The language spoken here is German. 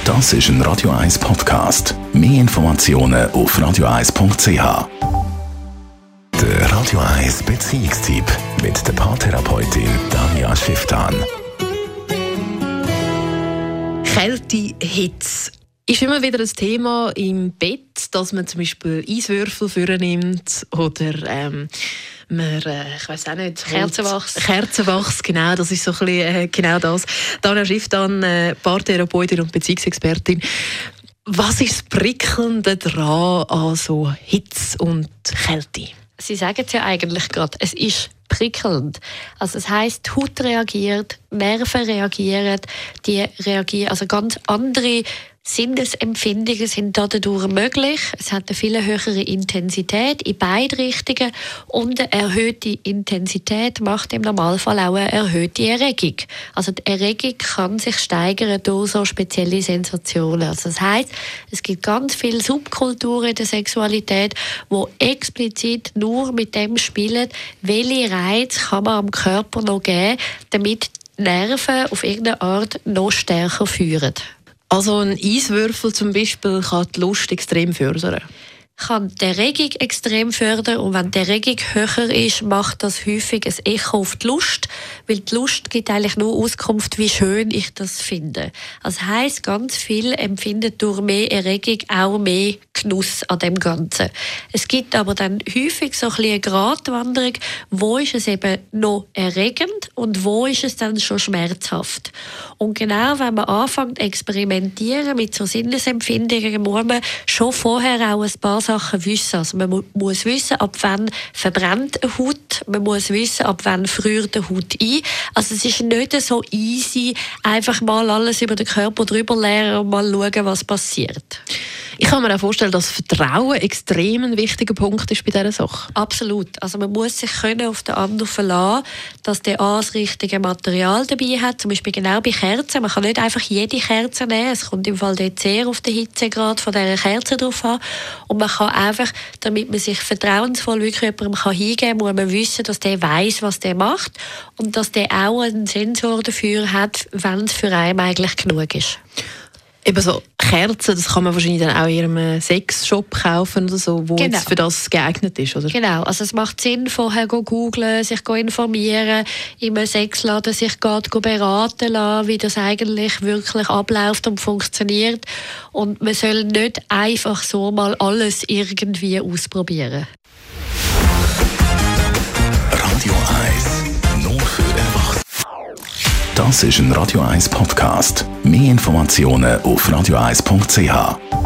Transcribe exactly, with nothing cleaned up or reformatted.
Das ist ein Radio eins Podcast. Mehr Informationen auf radio eins punkt c h. Der Radio eins Beziehungstyp mit der Paartherapeutin Danja Schifftan. Kälte, Hitze ist immer wieder ein Thema im Bett, dass man zum Beispiel Eiswürfel vornimmt oder ähm, man, äh, ich weiss auch nicht, Kerzenwachs. Kerzenwachs, genau, das ist so ein bisschen, äh, genau das. Danja Schifftan, äh, Paartherapeutin und Beziehungsexpertin. Was ist das Prickelnde daran an so Hitze und Kälte? Sie sagen es ja eigentlich gerade, es ist prickelnd. Also das heisst, die Haut reagiert, Nerven reagieren, die reagieren, also ganz andere Sinnesempfindungen sind dadurch möglich. Es hat eine viel höhere Intensität in beide Richtungen und eine erhöhte Intensität macht im Normalfall auch eine erhöhte Erregung. Also die Erregung kann sich steigern durch so spezielle Sensationen. Also das heisst, es gibt ganz viele Subkulturen in der Sexualität, die explizit nur mit dem spielen, welche Reize kann man am Körper noch geben, damit die Nerven auf irgendeine Art noch stärker führen. Also ein Eiswürfel zum Beispiel kann die Lust extrem fördern? Kann die Erregung extrem fördern und wenn die Erregung höher ist, macht das häufig ein Echo auf die Lust, weil die Lust gibt eigentlich nur Auskunft, wie schön ich das finde. Das heisst, ganz viel empfinden durch mehr Erregung auch mehr Genuss an dem Ganzen. Es gibt aber dann häufig so ein bisschen eine Gratwanderung, wo ist es eben noch erregend und wo ist es dann schon schmerzhaft. Und genau wenn man anfängt zu experimentieren mit so Sinnesempfindungen, muss man schon vorher auch ein paar Sachen wissen. Also man mu- muss wissen, ab wann verbrennt eine Haut, man muss wissen, ab wann friert die Haut ein. Also es ist nicht so easy, einfach mal alles über den Körper drüber lernen und mal schauen, was passiert. Ich kann mir auch vorstellen, dass Vertrauen extrem ein wichtiger Punkt ist bei dieser Sache. Absolut. Also man muss sich können auf den anderen verlassen, dass der A das richtige Material dabei hat. Zum Beispiel genau bei Kerzen. Man kann nicht einfach jede Kerze nehmen. Es kommt im Fall dort sehr auf den Hitzegrad von dieser Kerze drauf an. Und man kann einfach, damit man sich vertrauensvoll wirklich jemandem kann hingeben kann, muss man wissen, dass der weiss, was der macht und dass der auch einen Sensor dafür hat, wenn es für einen eigentlich genug ist. Eben so Kerzen, das kann man wahrscheinlich dann auch in ihrem Sexshop kaufen oder so, wo Genau. jetzt für das geeignet ist, oder? Genau, also es macht Sinn, vorher go googlen, sich go informieren, in einem Sexladen sich go beraten lassen, wie das eigentlich wirklich abläuft und funktioniert. Und man soll nicht einfach so mal alles irgendwie ausprobieren. Radio eins, nur für Erwachsene. Das ist ein Radio eins Podcast. Mehr Informationen auf radio eins punkt c h.